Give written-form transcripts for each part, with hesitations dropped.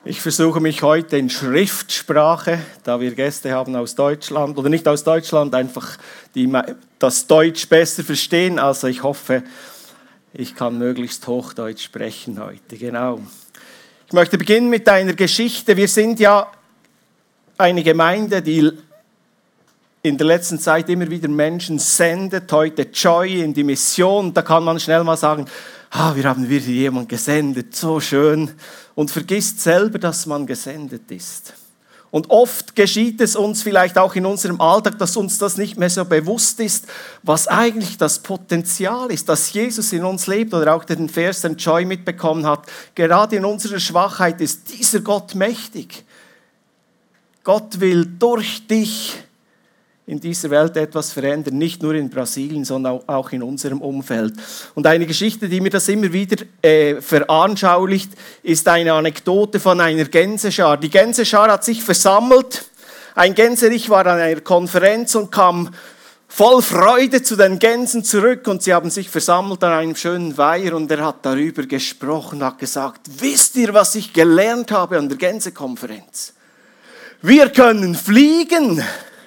Ich versuche mich heute in Schriftsprache, da wir Gäste haben aus Deutschland, oder nicht aus Deutschland, einfach die das Deutsch besser verstehen. Also ich hoffe, ich kann möglichst Hochdeutsch sprechen heute. Genau. Ich möchte beginnen mit einer Geschichte. Wir sind ja eine Gemeinde, die in der letzten Zeit immer wieder Menschen sendet, heute Joy in die Mission. Da kann man schnell mal sagen, wir haben wieder jemanden gesendet, so schön. Und vergisst selber, dass man gesendet ist. Und oft geschieht es uns vielleicht auch in unserem Alltag, dass uns das nicht mehr so bewusst ist, was eigentlich das Potenzial ist, dass Jesus in uns lebt oder auch den Vers, den Joy mitbekommen hat. Gerade in unserer Schwachheit ist dieser Gott mächtig. Gott will durch dich in dieser Welt etwas verändern, nicht nur in Brasilien, sondern auch in unserem Umfeld. Und eine Geschichte, die mir das immer wieder veranschaulicht, ist eine Anekdote von einer Gänseschar. Die Gänseschar hat sich versammelt. Ein Gänserich war an einer Konferenz und kam voll Freude zu den Gänsen zurück und sie haben sich versammelt an einem schönen Weiher und er hat darüber gesprochen, hat gesagt, wisst ihr, was ich gelernt habe an der Gänsekonferenz? Wir können fliegen.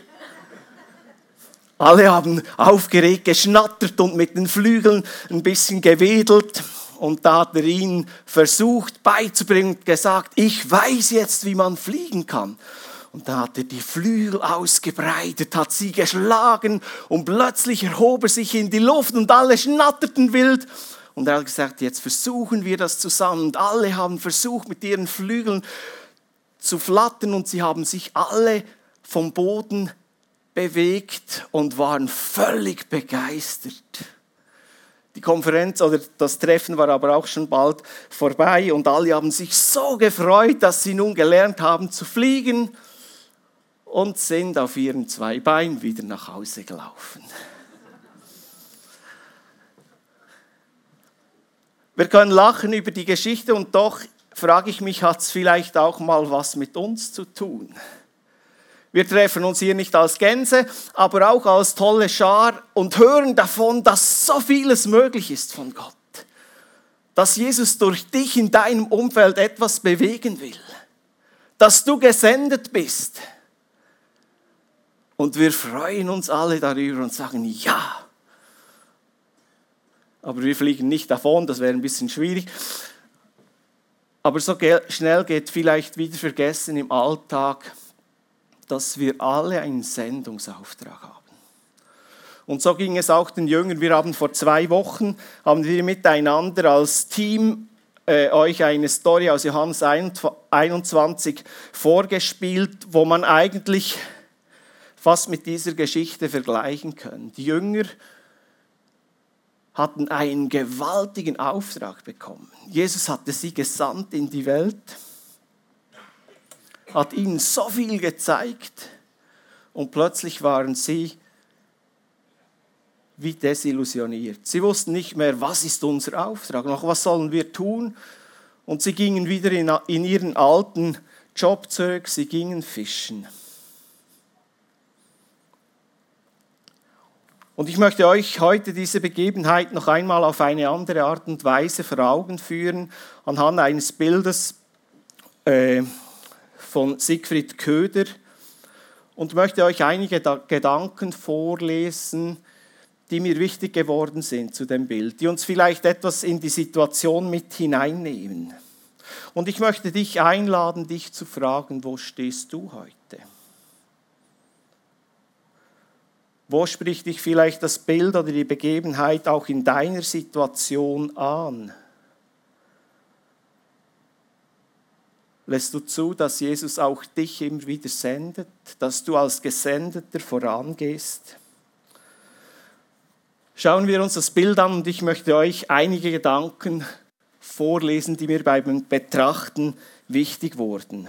Alle haben aufgeregt geschnattert und mit den Flügeln ein bisschen gewedelt. Und da hat er ihnen versucht beizubringen und gesagt, ich weiß jetzt, wie man fliegen kann. Und da hat er die Flügel ausgebreitet, hat sie geschlagen und plötzlich erhob er sich in die Luft und alle schnatterten wild. Und er hat gesagt, jetzt versuchen wir das zusammen. Und alle haben versucht, mit ihren Flügeln zu flattern und sie haben sich alle vom Boden bewegt und waren völlig begeistert. Die Konferenz oder das Treffen war aber auch schon bald vorbei und alle haben sich so gefreut, dass sie nun gelernt haben zu fliegen und sind auf ihren 2 Beinen wieder nach Hause gelaufen. Wir können lachen über die Geschichte und doch frage ich mich, hat es vielleicht auch mal was mit uns zu tun? Wir treffen uns hier nicht als Gänse, aber auch als tolle Schar und hören davon, dass so vieles möglich ist von Gott. Dass Jesus durch dich in deinem Umfeld etwas bewegen will. Dass du gesendet bist. Und wir freuen uns alle darüber und sagen, ja. Aber wir fliegen nicht davon, das wäre ein bisschen schwierig. Aber so schnell geht vielleicht wieder vergessen im Alltag, dass wir alle einen Sendungsauftrag haben. Und so ging es auch den Jüngern. Wir haben vor 2 Wochen, haben wir miteinander als Team euch eine Story aus Johannes 21 vorgespielt, wo man eigentlich fast mit dieser Geschichte vergleichen kann. Die Jünger hatten einen gewaltigen Auftrag bekommen. Jesus hatte sie gesandt in die Welt, hat ihnen so viel gezeigt und plötzlich waren sie wie desillusioniert. Sie wussten nicht mehr, was ist unser Auftrag, noch was sollen wir tun? Und sie gingen wieder in ihren alten Job zurück, sie gingen fischen. Und ich möchte euch heute diese Begebenheit noch einmal auf eine andere Art und Weise vor Augen führen, anhand eines Bildes von Siegfried Köder und möchte euch einige Gedanken vorlesen, die mir wichtig geworden sind zu dem Bild, die uns vielleicht etwas in die Situation mit hineinnehmen. Und ich möchte dich einladen, dich zu fragen, wo stehst du heute? Wo spricht dich vielleicht das Bild oder die Begebenheit auch in deiner Situation an? Lässt du zu, dass Jesus auch dich immer wieder sendet, dass du als Gesendeter vorangehst? Schauen wir uns das Bild an und ich möchte euch einige Gedanken vorlesen, die mir beim Betrachten wichtig wurden.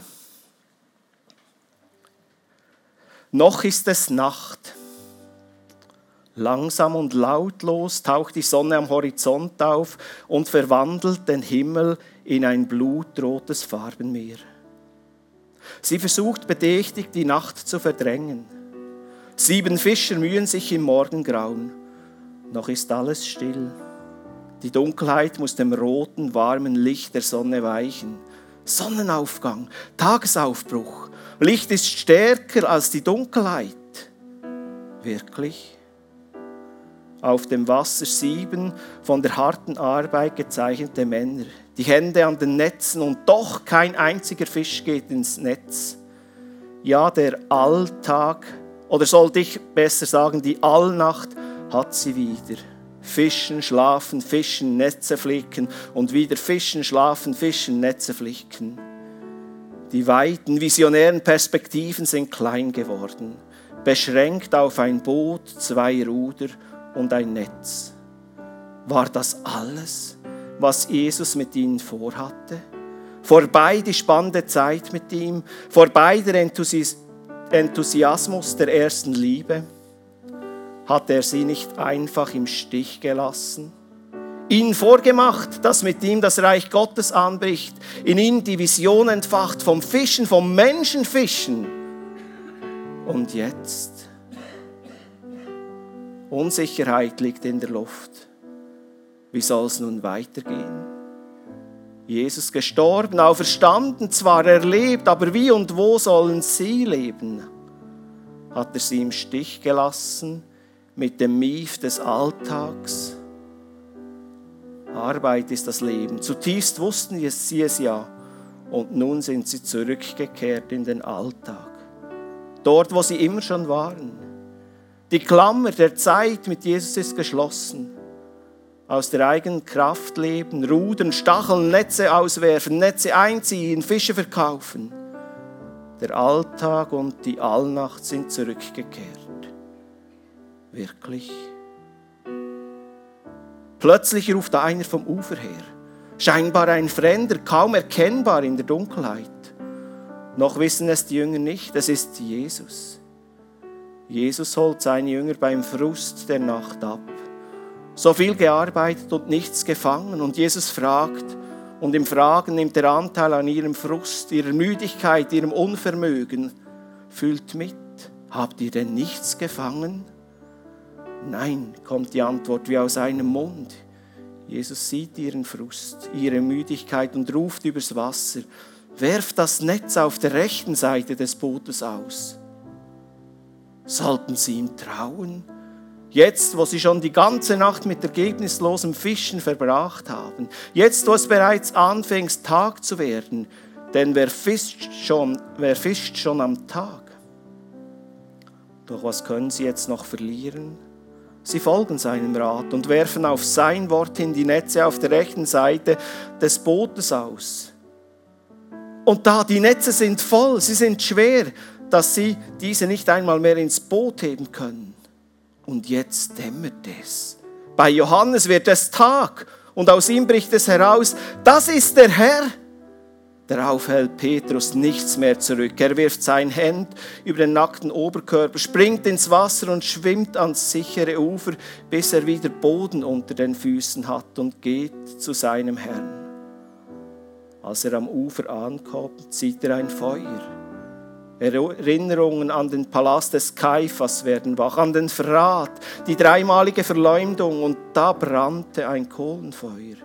Noch ist es Nacht. Langsam und lautlos taucht die Sonne am Horizont auf und verwandelt den Himmel in ein blutrotes Farbenmeer. Sie versucht bedächtig, die Nacht zu verdrängen. 7 Fischer mühen sich im Morgengrauen. Noch ist alles still. Die Dunkelheit muss dem roten, warmen Licht der Sonne weichen. Sonnenaufgang, Tagesaufbruch. Licht ist stärker als die Dunkelheit. Wirklich? Auf dem Wasser 7 von der harten Arbeit gezeichnete Männer, die Hände an den Netzen und doch kein einziger Fisch geht ins Netz. Ja, der Alltag, oder sollte ich besser sagen, die Allnacht hat sie wieder. Fischen, schlafen, fischen, Netze flicken und wieder fischen, schlafen, fischen, Netze flicken. Die weiten, visionären Perspektiven sind klein geworden, beschränkt auf ein Boot, 2 Ruder und ein Netz. War das alles, was Jesus mit ihnen vorhatte? Vorbei die spannende Zeit mit ihm, vorbei der Enthusiasmus der ersten Liebe? Hat er sie nicht einfach im Stich gelassen? Ihnen vorgemacht, dass mit ihm das Reich Gottes anbricht, in ihnen die Vision entfacht vom Fischen, vom Menschenfischen. Und jetzt? Unsicherheit liegt in der Luft. Wie soll es nun weitergehen? Jesus gestorben, auferstanden, zwar erlebt, aber wie und wo sollen sie leben? Hat er sie im Stich gelassen mit dem Mief des Alltags? Arbeit ist das Leben. Zutiefst wussten sie es ja. Und nun sind sie zurückgekehrt in den Alltag. Dort, wo sie immer schon waren. Die Klammer der Zeit mit Jesus ist geschlossen. Aus der eigenen Kraft leben, rudern, stacheln, Netze auswerfen, Netze einziehen, Fische verkaufen. Der Alltag und die Allnacht sind zurückgekehrt. Wirklich? Plötzlich ruft einer vom Ufer her. Scheinbar ein Fremder, kaum erkennbar in der Dunkelheit. Noch wissen es die Jünger nicht, es ist Jesus. Jesus holt seine Jünger beim Frust der Nacht ab. So viel gearbeitet und nichts gefangen. Und Jesus fragt, und im Fragen nimmt er Anteil an ihrem Frust, ihrer Müdigkeit, ihrem Unvermögen. Fühlt mit, habt ihr denn nichts gefangen? Nein, kommt die Antwort wie aus einem Mund. Jesus sieht ihren Frust, ihre Müdigkeit und ruft übers Wasser, werft das Netz auf der rechten Seite des Bootes aus. Sollten sie ihm trauen? Jetzt, wo sie schon die ganze Nacht mit ergebnislosem Fischen verbracht haben. Jetzt, wo es bereits anfängt, Tag zu werden. Denn wer fischt schon am Tag? Doch was können sie jetzt noch verlieren? Sie folgen seinem Rat und werfen auf sein Wort hin die Netze auf der rechten Seite des Bootes aus. Und da, die Netze sind voll, sie sind schwer, dass sie diese nicht einmal mehr ins Boot heben können. Und jetzt dämmert es. Bei Johannes wird es Tag und aus ihm bricht es heraus, das ist der Herr. Darauf hält Petrus nichts mehr zurück. Er wirft sein Hemd über den nackten Oberkörper, springt ins Wasser und schwimmt ans sichere Ufer, bis er wieder Boden unter den Füßen hat und geht zu seinem Herrn. Als er am Ufer ankommt, sieht er ein Feuer. Erinnerungen an den Palast des Kaiphas werden wach, an den Verrat, die dreimalige Verleumdung, und da brannte ein Kohlenfeuer.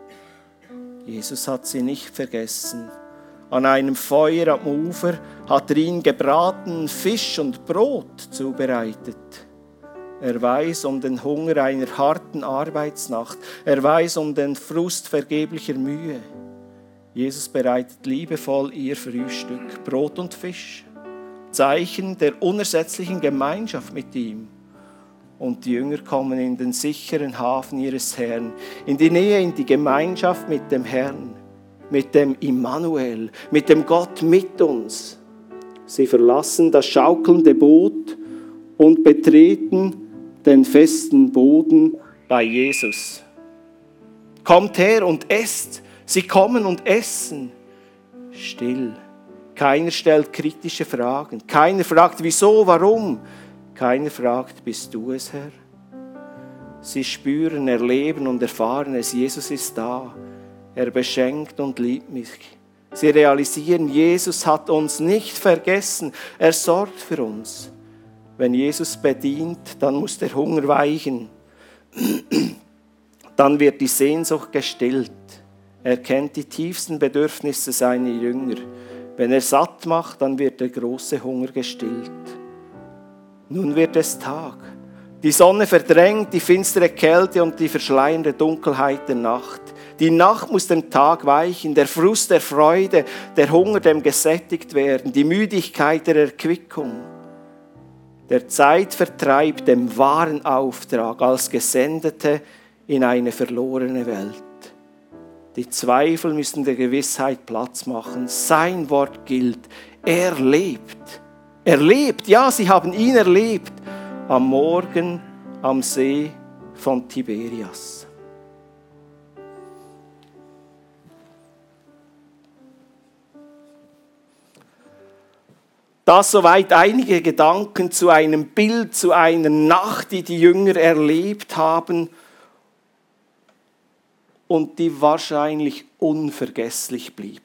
Jesus hat sie nicht vergessen. An einem Feuer am Ufer hat er ihnen gebratenen Fisch und Brot zubereitet. Er weiß um den Hunger einer harten Arbeitsnacht. Er weiß um den Frust vergeblicher Mühe. Jesus bereitet liebevoll ihr Frühstück, Brot und Fisch. Zeichen der unersetzlichen Gemeinschaft mit ihm. Und die Jünger kommen in den sicheren Hafen ihres Herrn, in die Nähe, in die Gemeinschaft mit dem Herrn, mit dem Immanuel, mit dem Gott mit uns. Sie verlassen das schaukelnde Boot und betreten den festen Boden bei Jesus. Kommt her und esst. Sie kommen und essen. Still. Keiner stellt kritische Fragen. Keiner fragt, wieso, warum. Keiner fragt, bist du es, Herr? Sie spüren, erleben und erfahren es. Jesus ist da. Er beschenkt und liebt mich. Sie realisieren, Jesus hat uns nicht vergessen. Er sorgt für uns. Wenn Jesus bedient, dann muss der Hunger weichen. Dann wird die Sehnsucht gestillt. Er kennt die tiefsten Bedürfnisse seiner Jünger. Wenn er satt macht, dann wird der große Hunger gestillt. Nun wird es Tag. Die Sonne verdrängt die finstere Kälte und die verschleiernde Dunkelheit der Nacht. Die Nacht muss dem Tag weichen, der Frust der Freude, der Hunger dem gesättigt werden, die Müdigkeit der Erquickung. Der Zeitvertreib dem wahren Auftrag als Gesendete in eine verlorene Welt. Die Zweifel müssen der Gewissheit Platz machen. Sein Wort gilt. Er lebt. Er lebt, ja, sie haben ihn erlebt. Am Morgen am See von Tiberias. Das soweit einige Gedanken zu einem Bild, zu einer Nacht, die die Jünger erlebt haben und die wahrscheinlich unvergesslich blieb.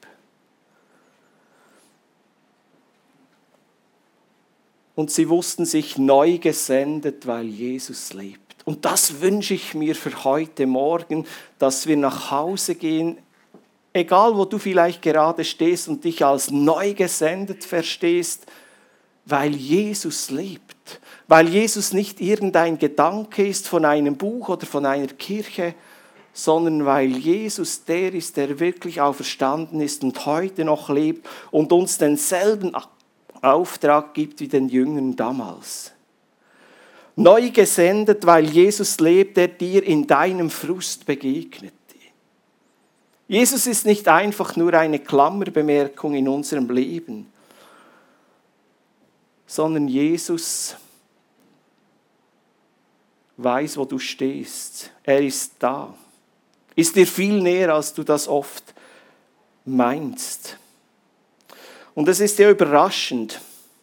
Und sie wussten sich neu gesendet, weil Jesus lebt. Und das wünsche ich mir für heute Morgen, dass wir nach Hause gehen, egal wo du vielleicht gerade stehst und dich als neu gesendet verstehst, weil Jesus lebt. Weil Jesus nicht irgendein Gedanke ist von einem Buch oder von einer Kirche, sondern weil Jesus der ist, der wirklich auferstanden ist und heute noch lebt und uns denselben Auftrag gibt wie den Jüngern damals. Neu gesendet, weil Jesus lebt, der dir in deinem Frust begegnet. Jesus ist nicht einfach nur eine Klammerbemerkung in unserem Leben, sondern Jesus weiß, wo du stehst. Er ist da. Ist dir viel näher, als du das oft meinst. Und es ist ja überraschend.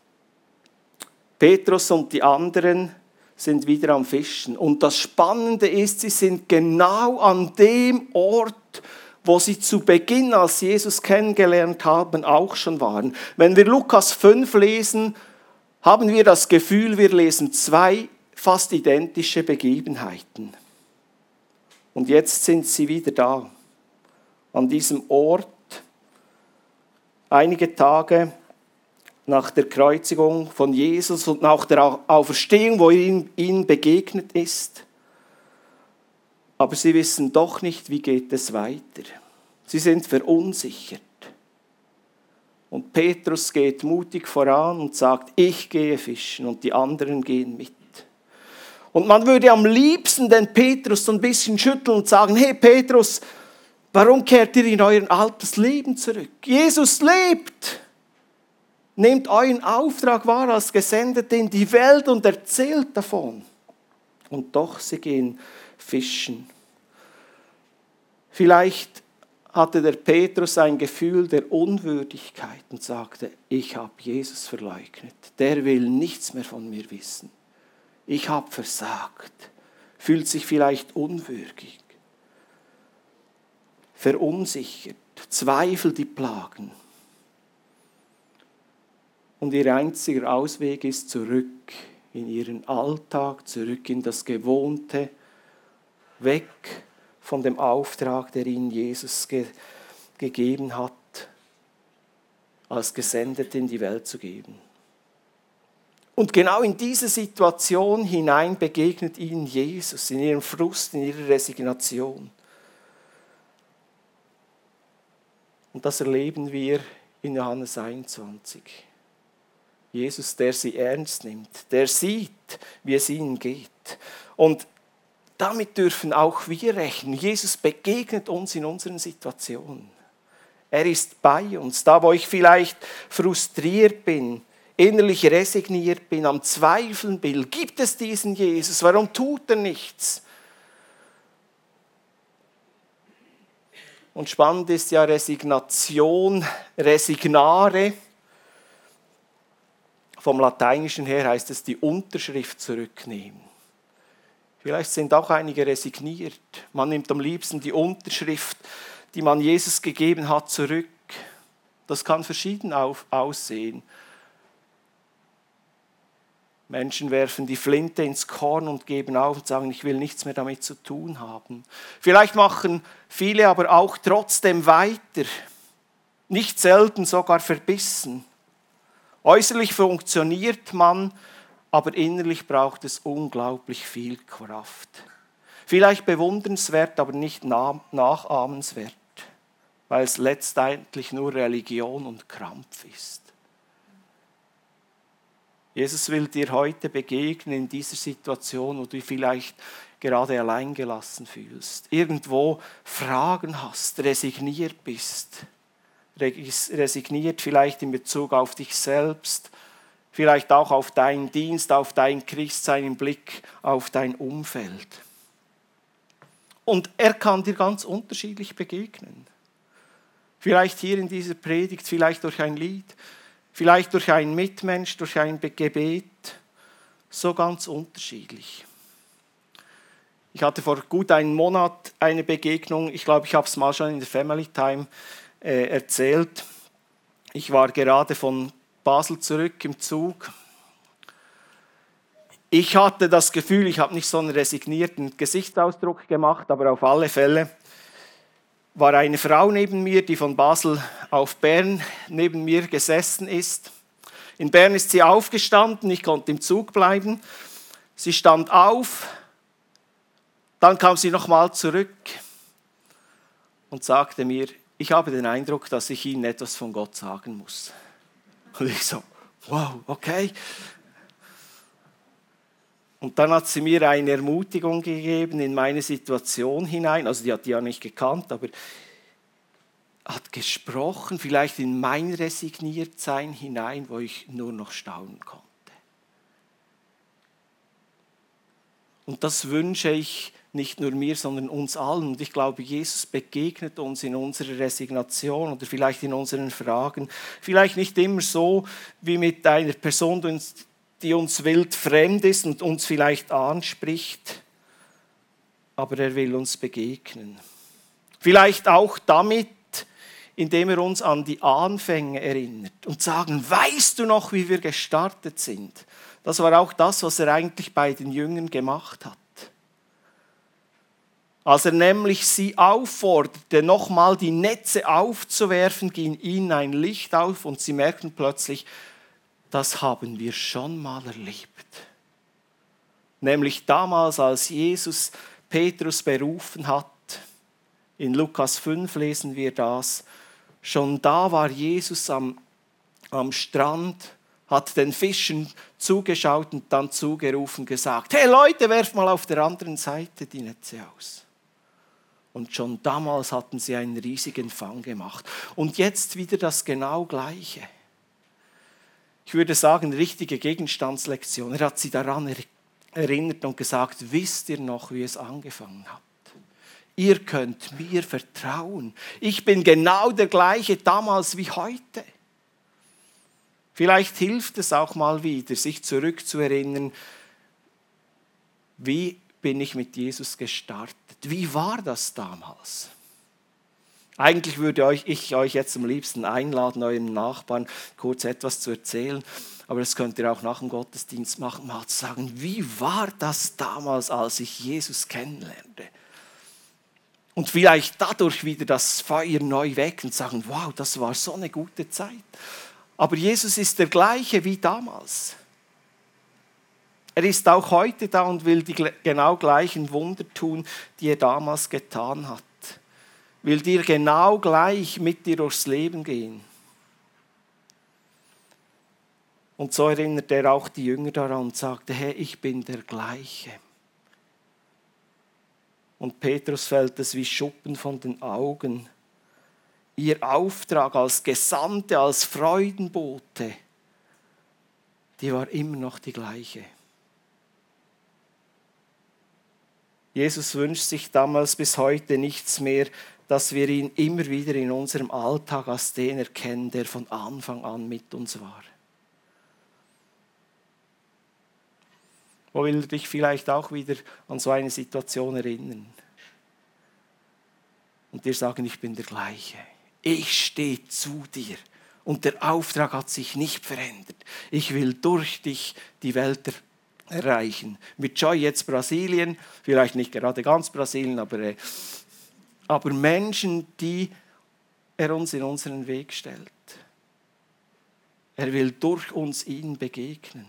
Petrus und die anderen sind wieder am Fischen. Und das Spannende ist, sie sind genau an dem Ort, wo sie zu Beginn, als sie Jesus kennengelernt haben, auch schon waren. Wenn wir Lukas 5 lesen, haben wir das Gefühl, wir lesen zwei fast identische Begebenheiten. Und jetzt sind sie wieder da, an diesem Ort, einige Tage nach der Kreuzigung von Jesus und nach der Auferstehung, wo ihnen begegnet ist. Aber sie wissen doch nicht, wie geht es weiter. Sie sind verunsichert. Und Petrus geht mutig voran und sagt, ich gehe fischen und die anderen gehen mit. Und man würde am liebsten den Petrus so ein bisschen schütteln und sagen, hey Petrus, warum kehrt ihr in euer altes Leben zurück? Jesus lebt. Nehmt euren Auftrag wahr als Gesendete in die Welt und erzählt davon. Und doch, sie gehen fischen. Vielleicht hatte der Petrus ein Gefühl der Unwürdigkeit und sagte, ich habe Jesus verleugnet. Der will nichts mehr von mir wissen. Ich habe versagt. Fühlt sich vielleicht unwürdig. Verunsichert. Zweifel die plagen. Und ihr einziger Ausweg ist zurück in ihren Alltag, zurück in das Gewohnte, weg von dem Auftrag, der ihnen Jesus gegeben hat, als Gesendete in die Welt zu geben. Und genau in diese Situation hinein begegnet ihnen Jesus, in ihrem Frust, in ihrer Resignation. Und das erleben wir in Johannes 21. Jesus, der sie ernst nimmt, der sieht, wie es ihnen geht. Und damit dürfen auch wir rechnen. Jesus begegnet uns in unseren Situationen. Er ist bei uns. Da, wo ich vielleicht frustriert bin, innerlich resigniert bin, am Zweifeln bin, gibt es diesen Jesus? Warum tut er nichts? Und spannend ist ja Resignation, resignare. Vom Lateinischen her heißt es die Unterschrift zurücknehmen. Vielleicht sind auch einige resigniert. Man nimmt am liebsten die Unterschrift, die man Jesus gegeben hat, zurück. Das kann verschieden aussehen. Menschen werfen die Flinte ins Korn und geben auf und sagen, ich will nichts mehr damit zu tun haben. Vielleicht machen viele aber auch trotzdem weiter, nicht selten sogar verbissen. Äußerlich funktioniert man, aber innerlich braucht es unglaublich viel Kraft. Vielleicht bewundernswert, aber nicht nachahmenswert, weil es letztendlich nur Religion und Krampf ist. Jesus will dir heute begegnen in dieser Situation, wo du dich vielleicht gerade allein gelassen fühlst, irgendwo Fragen hast, resigniert bist, resigniert vielleicht in Bezug auf dich selbst, vielleicht auch auf deinen Dienst, auf dein Christsein im Blick auf dein Umfeld. Und er kann dir ganz unterschiedlich begegnen. Vielleicht hier in dieser Predigt, vielleicht durch ein Lied, vielleicht durch einen Mitmensch, durch ein Gebet, so ganz unterschiedlich. Ich hatte vor gut einem Monat eine Begegnung, ich glaube, ich habe es mal schon in der Family Time erzählt. Ich war gerade von Basel zurück im Zug. Ich hatte das Gefühl, ich habe nicht so einen resignierten Gesichtsausdruck gemacht, aber auf alle Fälle war eine Frau neben mir, die von Basel auf Bern neben mir gesessen ist. In Bern ist sie aufgestanden, ich konnte im Zug bleiben. Sie stand auf, dann kam sie nochmal zurück und sagte mir, ich habe den Eindruck, dass ich Ihnen etwas von Gott sagen muss. Und ich so, wow, okay. Und dann hat sie mir eine Ermutigung gegeben in meine Situation hinein. Also die hat die ja nicht gekannt, aber hat gesprochen, vielleicht in mein Resigniertsein hinein, wo ich nur noch staunen konnte. Und das wünsche ich nicht nur mir, sondern uns allen. Und ich glaube, Jesus begegnet uns in unserer Resignation oder vielleicht in unseren Fragen. Vielleicht nicht immer so wie mit einer Person, die uns wild fremd ist und uns vielleicht anspricht, aber er will uns begegnen. Vielleicht auch damit, indem er uns an die Anfänge erinnert und sagen, weißt du noch, wie wir gestartet sind? Das war auch das, was er eigentlich bei den Jüngern gemacht hat. Als er nämlich sie aufforderte, nochmal die Netze aufzuwerfen, ging ihnen ein Licht auf und sie merkten plötzlich, das haben wir schon mal erlebt. Nämlich damals, als Jesus Petrus berufen hat, in Lukas 5 lesen wir das, schon da war Jesus am Strand, hat den Fischen zugeschaut und dann zugerufen gesagt, hey Leute, werft mal auf der anderen Seite die Netze aus. Und schon damals hatten sie einen riesigen Fang gemacht. Und jetzt wieder das genau Gleiche. Ich würde sagen, richtige Gegenstandslektion. Er hat sie daran erinnert und gesagt, wisst ihr noch, wie es angefangen hat? Ihr könnt mir vertrauen. Ich bin genau der gleiche damals wie heute. Vielleicht hilft es auch mal wieder, sich zurückzuerinnern, wie bin ich mit Jesus gestartet? Wie war das damals? Eigentlich würde ich euch jetzt am liebsten einladen, euren Nachbarn kurz etwas zu erzählen. Aber das könnt ihr auch nach dem Gottesdienst machen, mal zu sagen, wie war das damals, als ich Jesus kennenlernte? Und vielleicht dadurch wieder das Feuer neu wecken und sagen, wow, das war so eine gute Zeit. Aber Jesus ist der gleiche wie damals. Er ist auch heute da und will die genau gleichen Wunder tun, die er damals getan hat. Will dir genau gleich mit dir durchs Leben gehen. Und so erinnert er auch die Jünger daran und sagte, hey, ich bin der gleiche. Und Petrus fällt es wie Schuppen von den Augen. Ihr Auftrag als Gesandte, als Freudenbote, die war immer noch die gleiche. Jesus wünscht sich damals bis heute nichts mehr, dass wir ihn immer wieder in unserem Alltag als den erkennen, der von Anfang an mit uns war. Wo will er dich vielleicht auch wieder an so eine Situation erinnern? Und dir sagen, ich bin der gleiche. Ich stehe zu dir Und der Auftrag hat sich nicht verändert. Ich will durch dich die Welt erreichen. Mit Joy jetzt Brasilien, vielleicht nicht gerade ganz Brasilien, aber Menschen, die er uns in unseren Weg stellt. Er will durch uns ihnen begegnen.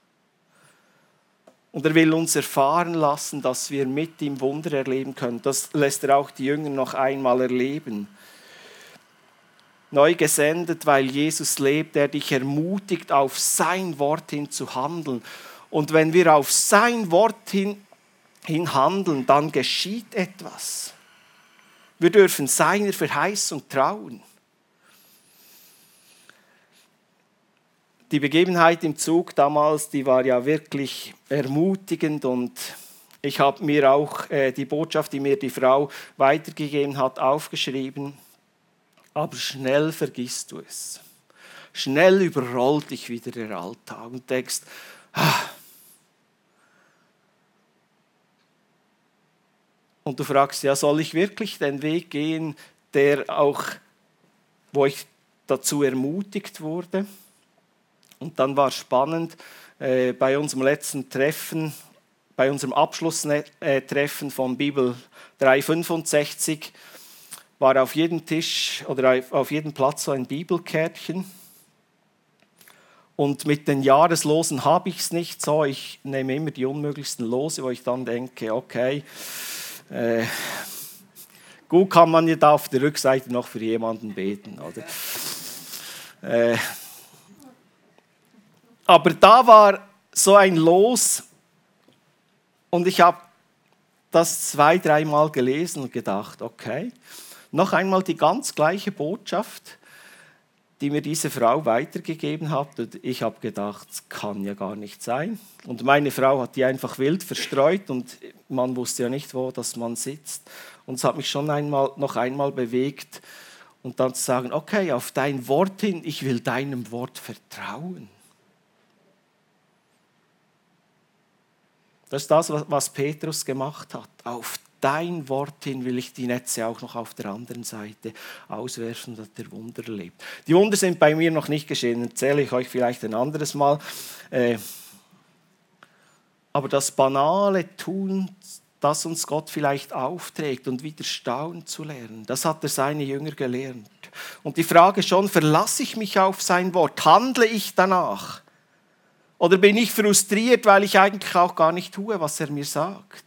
Und er will uns erfahren lassen, dass wir mit ihm Wunder erleben können. Das lässt er auch die Jünger noch einmal erleben. Neu gesendet, weil Jesus lebt, der dich ermutigt, auf sein Wort hin zu handeln. Und wenn wir auf sein Wort hin handeln, dann geschieht etwas. Wir dürfen seiner Verheißung trauen. Die Begebenheit im Zug damals, die war ja wirklich ermutigend und ich habe mir auch die Botschaft, die mir die Frau weitergegeben hat, aufgeschrieben. Aber schnell vergisst du es. Schnell überrollt dich wieder der Alltag und denkst, und du fragst, ja, soll ich wirklich den Weg gehen, wo ich dazu ermutigt wurde? Und dann war es spannend, bei unserem letzten Treffen, bei unserem Abschlusstreffen von Bibel 365, war auf jedem Tisch oder auf jedem Platz so ein Bibelkärtchen. Und mit den Jahreslosen habe ich es nicht so. Ich nehme immer die unmöglichsten Lose, wo ich dann denke, okay, gut kann man ja da auf der Rückseite noch für jemanden beten, oder? Aber da war so ein Los und ich habe das 2-3 Mal gelesen und gedacht, okay, noch einmal die ganz gleiche Botschaft, die mir diese Frau weitergegeben hat. Und ich habe gedacht, das kann ja gar nicht sein. Und meine Frau hat die einfach wild verstreut und man wusste ja nicht, wo dass man sitzt. Und es hat mich schon noch einmal bewegt und dann zu sagen, okay, auf dein Wort hin, ich will deinem Wort vertrauen. Das ist das, was Petrus gemacht hat. Auf dein Wort hin will ich die Netze auch noch auf der anderen Seite auswerfen, dass der Wunder erlebt. Die Wunder sind bei mir noch nicht geschehen, erzähle ich euch vielleicht ein anderes Mal. Aber das banale Tun, das uns Gott vielleicht aufträgt und wieder staunen zu lernen, das hat er seine Jünger gelernt. Und die Frage schon, verlasse ich mich auf sein Wort? Handle ich danach? Oder bin ich frustriert, weil ich eigentlich auch gar nicht tue, was er mir sagt?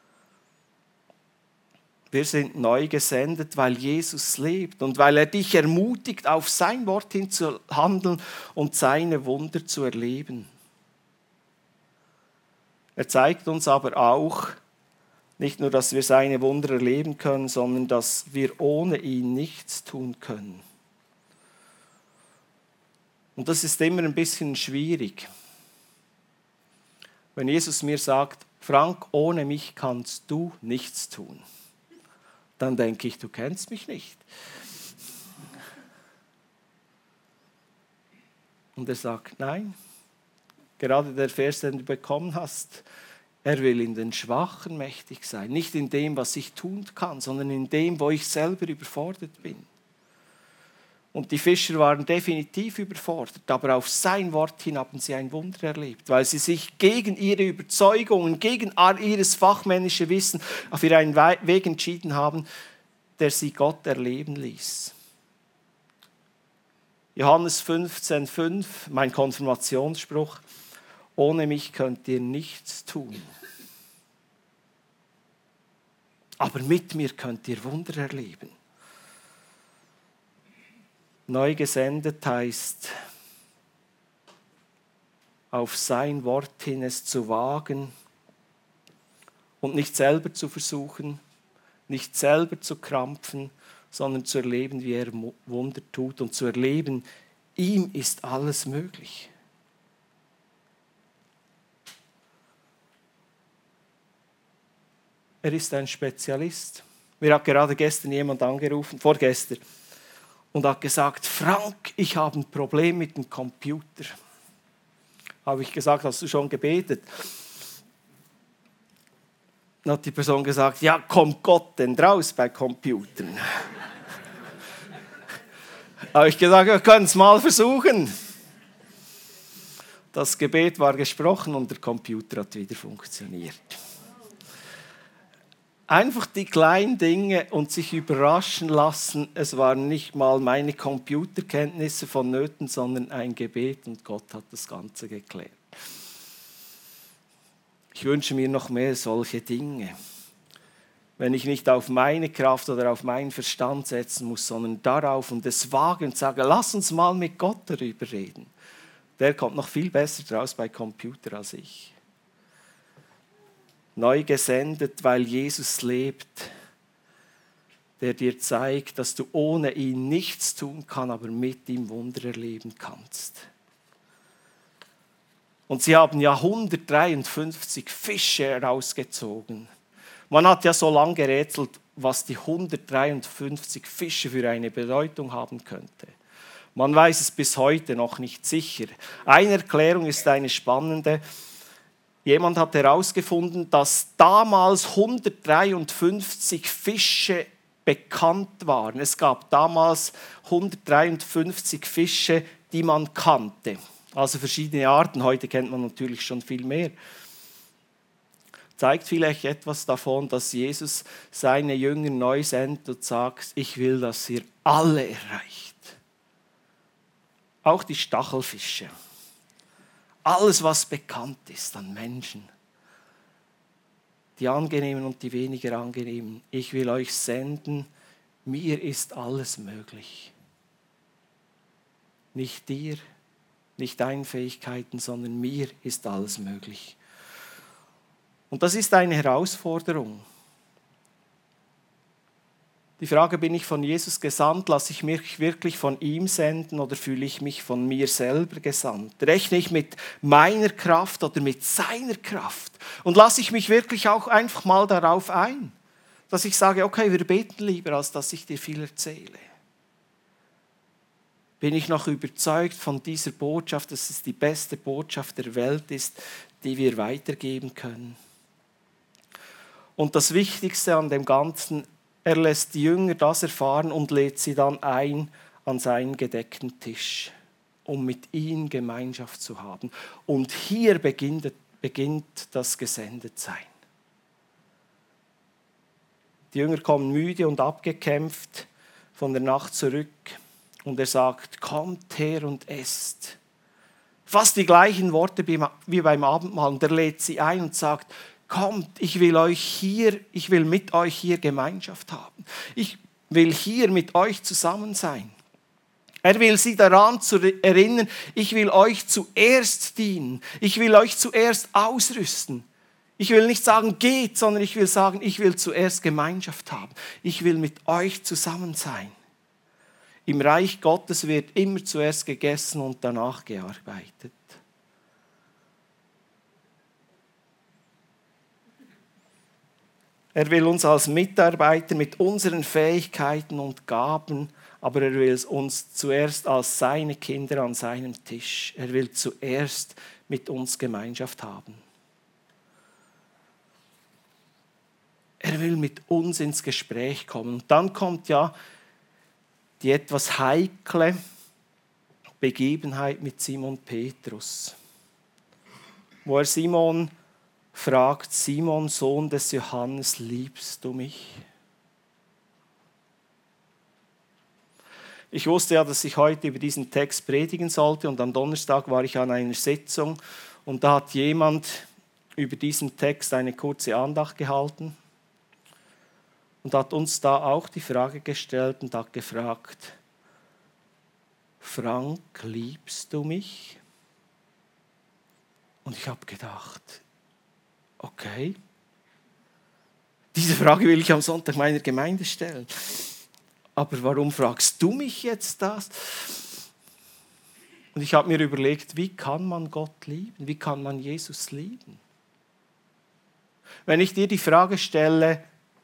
Wir sind neu gesendet, weil Jesus lebt und weil er dich ermutigt, auf sein Wort hin zu handeln und seine Wunder zu erleben. Er zeigt uns aber auch, nicht nur, dass wir seine Wunder erleben können, sondern dass wir ohne ihn nichts tun können. Und das ist immer ein bisschen schwierig. Wenn Jesus mir sagt, Frank, ohne mich kannst du nichts tun, dann denke ich, du kennst mich nicht. Und er sagt, nein, gerade der Vers, den du bekommen hast, er will in den Schwachen mächtig sein. Nicht in dem, was ich tun kann, sondern in dem, wo ich selber überfordert bin. Und die Fischer waren definitiv überfordert, aber auf sein Wort hin haben sie ein Wunder erlebt, weil sie sich gegen ihre Überzeugungen, gegen ihres fachmännische Wissen auf einen Weg entschieden haben, der sie Gott erleben ließ. Johannes 15,5, mein Konfirmationsspruch, ohne mich könnt ihr nichts tun. Aber mit mir könnt ihr Wunder erleben. Neu gesendet heißt, auf sein Wort hin es zu wagen und nicht selber zu versuchen, nicht selber zu krampfen, sondern zu erleben, wie er Wunder tut und zu erleben, ihm ist alles möglich. Er ist ein Spezialist. Mir hat gerade gestern jemand angerufen, vorgestern, und hat gesagt, Frank, ich habe ein Problem mit dem Computer. Habe ich gesagt, hast du schon gebetet? Dann hat die Person gesagt, ja, kommt Gott denn raus bei Computern? Habe ich gesagt, wir können es mal versuchen. Das Gebet war gesprochen und der Computer hat wieder funktioniert. Einfach die kleinen Dinge und sich überraschen lassen. Es waren nicht mal meine Computerkenntnisse vonnöten, sondern ein Gebet und Gott hat das Ganze geklärt. Ich wünsche mir noch mehr solche Dinge. Wenn ich nicht auf meine Kraft oder auf meinen Verstand setzen muss, sondern darauf und es wage und sage, lass uns mal mit Gott darüber reden. Der kommt noch viel besser raus bei Computer als ich. Neu gesendet, weil Jesus lebt, der dir zeigt, dass du ohne ihn nichts tun kannst, aber mit ihm Wunder erleben kannst. Und sie haben ja 153 Fische herausgezogen. Man hat ja so lange gerätselt, was die 153 Fische für eine Bedeutung haben könnte. Man weiß es bis heute noch nicht sicher. Eine Erklärung ist eine spannende. Jemand hat herausgefunden, dass damals 153 Fische bekannt waren. Es gab damals 153 Fische, die man kannte. Also verschiedene Arten. Heute kennt man natürlich schon viel mehr. Zeigt vielleicht etwas davon, dass Jesus seine Jünger neu sendet und sagt, ich will, dass ihr alle erreicht. Auch die Stachelfische. Alles, was bekannt ist an Menschen. Die angenehmen und die weniger angenehmen. Ich will euch senden, mir ist alles möglich. Nicht dir, nicht deinen Fähigkeiten, sondern mir ist alles möglich. Und das ist eine Herausforderung. Die Frage, bin ich von Jesus gesandt? Lasse ich mich wirklich von ihm senden oder fühle ich mich von mir selber gesandt? Rechne ich mit meiner Kraft oder mit seiner Kraft? Und lasse ich mich wirklich auch einfach mal darauf ein, dass ich sage, okay, wir beten lieber, als dass ich dir viel erzähle. Bin ich noch überzeugt von dieser Botschaft, dass es die beste Botschaft der Welt ist, die wir weitergeben können? Und das Wichtigste an dem Ganzen, er lässt die Jünger das erfahren und lädt sie dann ein an seinen gedeckten Tisch, um mit ihnen Gemeinschaft zu haben. Und hier beginnt das Gesendetsein. Die Jünger kommen müde und abgekämpft von der Nacht zurück und er sagt, kommt her und esst. Fast die gleichen Worte wie beim Abendmahl. Und er lädt sie ein und sagt, kommt, ich will mit euch hier Gemeinschaft haben. Ich will hier mit euch zusammen sein. Er will sie daran erinnern, ich will euch zuerst dienen. Ich will euch zuerst ausrüsten. Ich will nicht sagen, geht, sondern ich will sagen, ich will zuerst Gemeinschaft haben. Ich will mit euch zusammen sein. Im Reich Gottes wird immer zuerst gegessen und danach gearbeitet. Er will uns als Mitarbeiter mit unseren Fähigkeiten und Gaben, aber er will uns zuerst als seine Kinder an seinem Tisch. Er will zuerst mit uns Gemeinschaft haben. Er will mit uns ins Gespräch kommen. Und dann kommt ja die etwas heikle Begebenheit mit Simon Petrus, wo er Simon fragt, Simon, Sohn des Johannes, liebst du mich? Ich wusste ja, dass ich heute über diesen Text predigen sollte und am Donnerstag war ich an einer Sitzung und da hat jemand über diesen Text eine kurze Andacht gehalten und hat uns da auch die Frage gestellt und hat gefragt, Frank, liebst du mich? Und ich habe gedacht, okay, diese Frage will ich am Sonntag meiner Gemeinde stellen. Aber warum fragst du mich jetzt das? Und ich habe mir überlegt, wie kann man Gott lieben? Wie kann man Jesus lieben? Wenn ich dir die Frage stelle,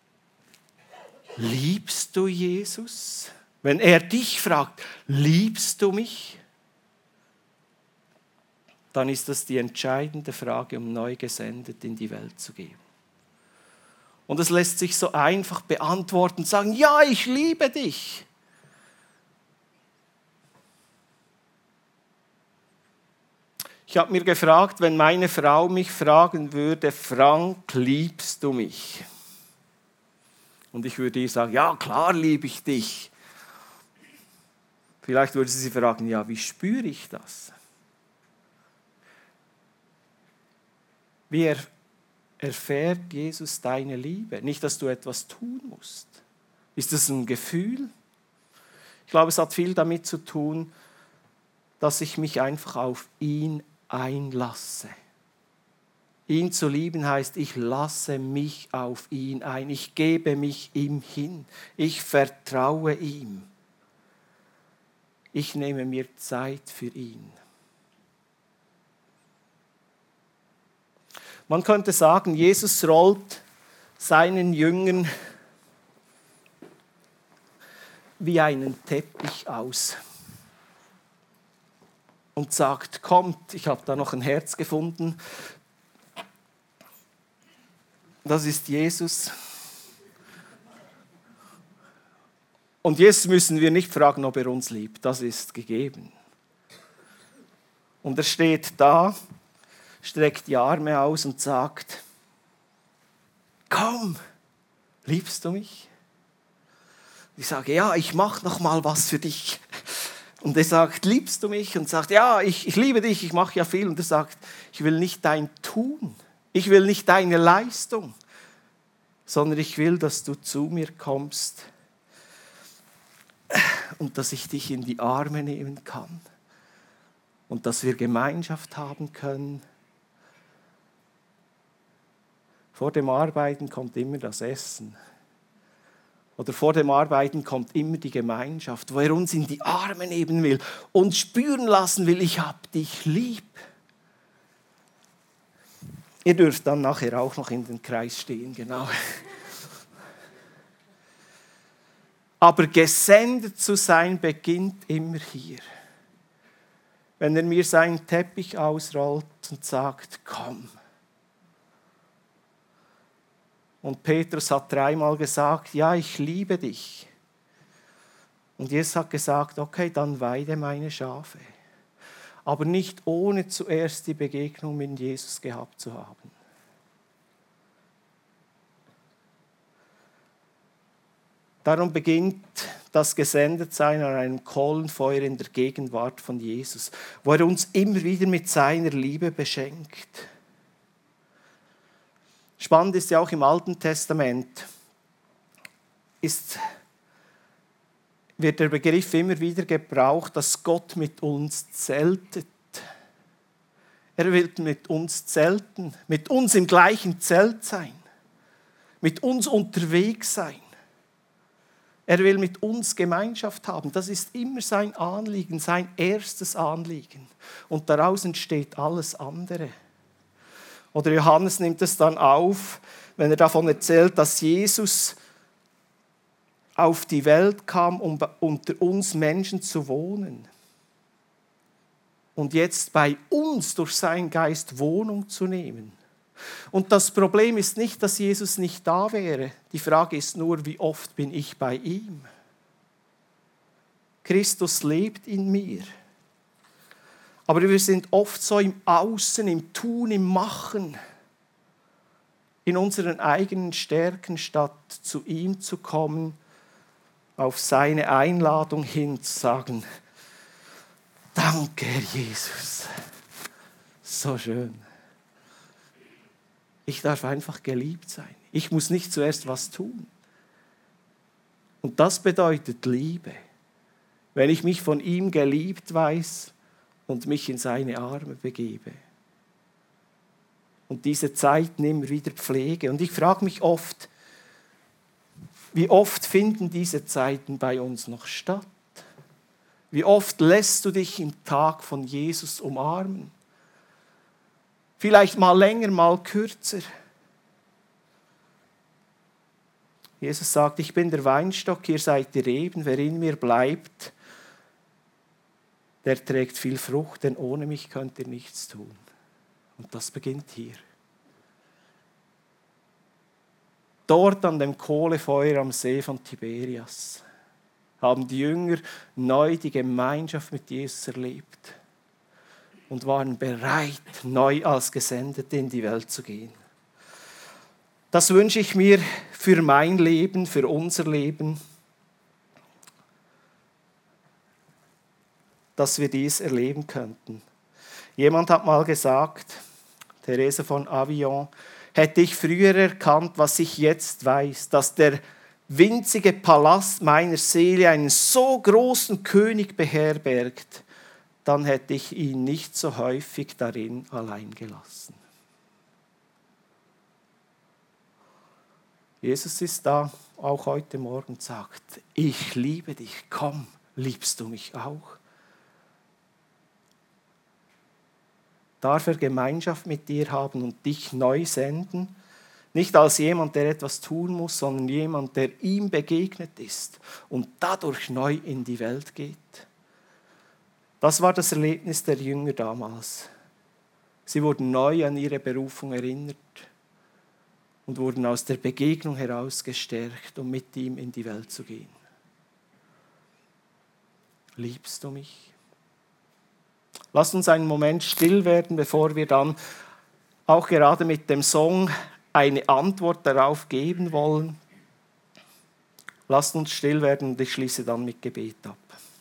liebst du Jesus? Wenn er dich fragt, liebst du mich? Dann ist das die entscheidende Frage, um neu gesendet in die Welt zu gehen. Und es lässt sich so einfach beantworten und sagen, ja, ich liebe dich. Ich habe mir gefragt, wenn meine Frau mich fragen würde, Frank, liebst du mich? Und ich würde ihr sagen, ja, klar liebe ich dich. Vielleicht würde sie fragen, ja, wie spüre ich das? Wie erfährt Jesus deine Liebe? Nicht, dass du etwas tun musst. Ist das ein Gefühl? Ich glaube, es hat viel damit zu tun, dass ich mich einfach auf ihn einlasse. Ihn zu lieben heißt, ich lasse mich auf ihn ein. Ich gebe mich ihm hin. Ich vertraue ihm. Ich nehme mir Zeit für ihn. Man könnte sagen, Jesus rollt seinen Jüngern wie einen Teppich aus und sagt, kommt, ich habe da noch ein Herz gefunden. Das ist Jesus. Und jetzt müssen wir nicht fragen, ob er uns liebt. Das ist gegeben. Und er steht da, streckt die Arme aus und sagt, komm, liebst du mich? Ich sage, ja, ich mache noch mal was für dich. Und er sagt, liebst du mich? Und sagt, ja, ich liebe dich, ich mache ja viel. Und er sagt, ich will nicht dein Tun, ich will nicht deine Leistung, sondern ich will, dass du zu mir kommst und dass ich dich in die Arme nehmen kann und dass wir Gemeinschaft haben können. Vor dem Arbeiten kommt immer das Essen. Oder vor dem Arbeiten kommt immer die Gemeinschaft, wo er uns in die Arme nehmen will und spüren lassen will, ich hab dich lieb. Ihr dürft dann nachher auch noch in den Kreis stehen, genau. Aber gesendet zu sein beginnt immer hier. Wenn er mir seinen Teppich ausrollt und sagt, komm. Und Petrus hat 3-mal gesagt, ja, ich liebe dich. Und Jesus hat gesagt, okay, dann weide meine Schafe. Aber nicht ohne zuerst die Begegnung mit Jesus gehabt zu haben. Darum beginnt das Gesendetsein an einem Kohlenfeuer in der Gegenwart von Jesus, wo er uns immer wieder mit seiner Liebe beschenkt. Spannend ist ja auch im Alten Testament, wird der Begriff immer wieder gebraucht, dass Gott mit uns zeltet. Er will mit uns zelten, mit uns im gleichen Zelt sein, mit uns unterwegs sein. Er will mit uns Gemeinschaft haben. Das ist immer sein Anliegen, sein erstes Anliegen. Und daraus entsteht alles andere. Oder Johannes nimmt es dann auf, wenn er davon erzählt, dass Jesus auf die Welt kam, um unter uns Menschen zu wohnen. Und jetzt bei uns durch seinen Geist Wohnung zu nehmen. Und das Problem ist nicht, dass Jesus nicht da wäre. Die Frage ist nur, wie oft bin ich bei ihm? Christus lebt in mir. Aber wir sind oft so im Außen, im Tun, im Machen, in unseren eigenen Stärken, statt zu ihm zu kommen, auf seine Einladung hin zu sagen, danke, Herr Jesus, so schön. Ich darf einfach geliebt sein. Ich muss nicht zuerst was tun. Und das bedeutet Liebe. Wenn ich mich von ihm geliebt weiß und mich in seine Arme begebe. Und diese Zeiten immer wieder pflege. Und ich frage mich oft, wie oft finden diese Zeiten bei uns noch statt? Wie oft lässt du dich im Tag von Jesus umarmen? Vielleicht mal länger, mal kürzer. Jesus sagt, ich bin der Weinstock, ihr seid die Reben, wer in mir bleibt, der trägt viel Frucht, denn ohne mich könnt ihr nichts tun. Und das beginnt hier. Dort an dem Kohlefeuer am See von Tiberias haben die Jünger neu die Gemeinschaft mit Jesus erlebt. und waren bereit, neu als Gesendete in die Welt zu gehen. Das wünsche ich mir für mein Leben, für unser Leben, dass wir dies erleben könnten. Jemand hat mal gesagt, Therese von Avignon, hätte ich früher erkannt, was ich jetzt weiß, dass der winzige Palast meiner Seele einen so großen König beherbergt, dann hätte ich ihn nicht so häufig darin allein gelassen. Jesus ist da, auch heute Morgen, und sagt, ich liebe dich, komm, liebst du mich auch? Darf er Gemeinschaft mit dir haben und dich neu senden? Nicht als jemand, der etwas tun muss, sondern jemand, der ihm begegnet ist und dadurch neu in die Welt geht. Das war das Erlebnis der Jünger damals. Sie wurden neu an ihre Berufung erinnert und wurden aus der Begegnung heraus gestärkt, um mit ihm in die Welt zu gehen. Liebst du mich? Lasst uns einen Moment still werden, bevor wir dann auch gerade mit dem Song eine Antwort darauf geben wollen. Lasst uns still werden und ich schließe dann mit Gebet ab.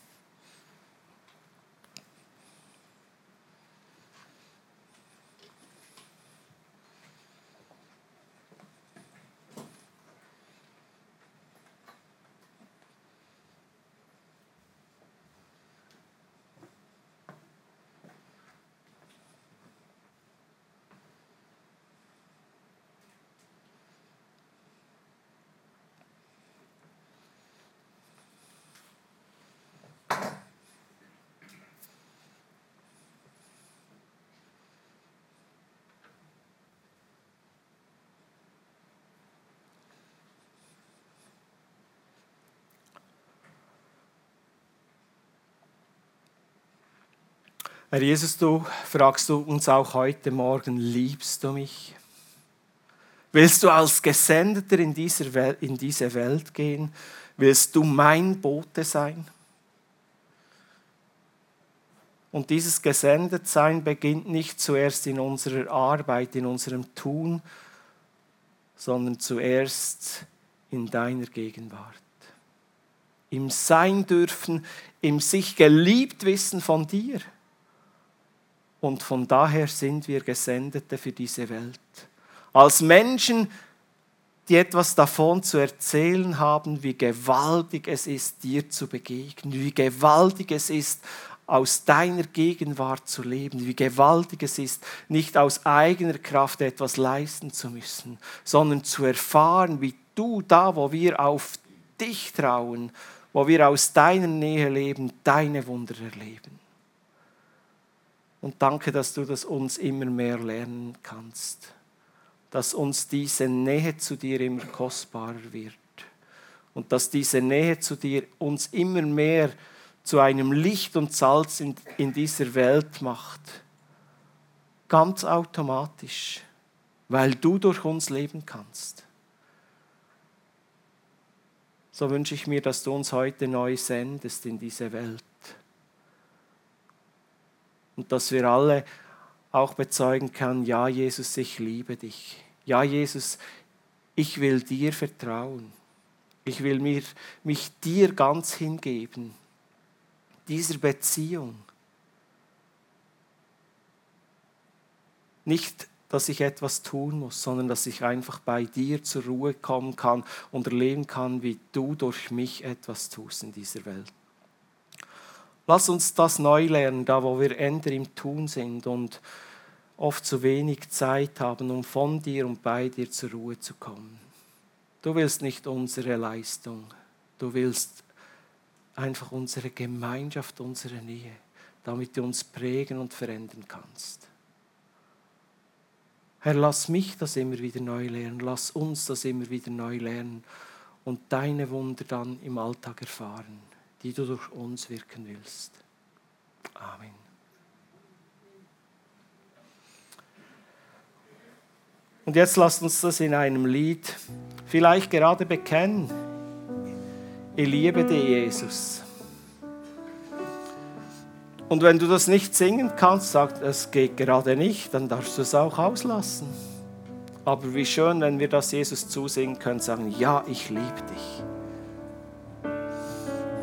Herr Jesus, du fragst du uns auch heute Morgen, liebst du mich? Willst du als Gesendeter in diese Welt gehen? Willst du mein Bote sein? Und dieses Gesendetsein beginnt nicht zuerst in unserer Arbeit, in unserem Tun, sondern zuerst in deiner Gegenwart. Im Sein dürfen, im sich geliebt wissen von dir. Und von daher sind wir Gesendete für diese Welt. Als Menschen, die etwas davon zu erzählen haben, wie gewaltig es ist, dir zu begegnen, wie gewaltig es ist, aus deiner Gegenwart zu leben, wie gewaltig es ist, nicht aus eigener Kraft etwas leisten zu müssen, sondern zu erfahren, wie du da, wo wir auf dich trauen, wo wir aus deiner Nähe leben, deine Wunder erleben. Und danke, dass du das uns immer mehr lernen kannst, dass uns diese Nähe zu dir immer kostbarer wird und dass diese Nähe zu dir uns immer mehr zu einem Licht und Salz in dieser Welt macht. Ganz automatisch, weil du durch uns leben kannst. So wünsche ich mir, dass du uns heute neu sendest in diese Welt. Und dass wir alle auch bezeugen können, ja Jesus, ich liebe dich. Ja Jesus, ich will dir vertrauen. Ich will mich dir ganz hingeben. Dieser Beziehung. Nicht, dass ich etwas tun muss, sondern dass ich einfach bei dir zur Ruhe kommen kann und erleben kann, wie du durch mich etwas tust in dieser Welt. Lass uns das neu lernen, da wo wir eher im Tun sind und oft zu wenig Zeit haben, um von dir und bei dir zur Ruhe zu kommen. Du willst nicht unsere Leistung, du willst einfach unsere Gemeinschaft, unsere Nähe, damit du uns prägen und verändern kannst. Herr, lass mich das immer wieder neu lernen, lass uns das immer wieder neu lernen und deine Wunder dann im Alltag erfahren, die du durch uns wirken willst. Amen. Und jetzt lasst uns das in einem Lied vielleicht gerade bekennen. Ich liebe dich, Jesus. Und wenn du das nicht singen kannst, sagst, es geht gerade nicht, dann darfst du es auch auslassen. Aber wie schön, wenn wir das Jesus zusingen können, sagen, ja, ich liebe dich.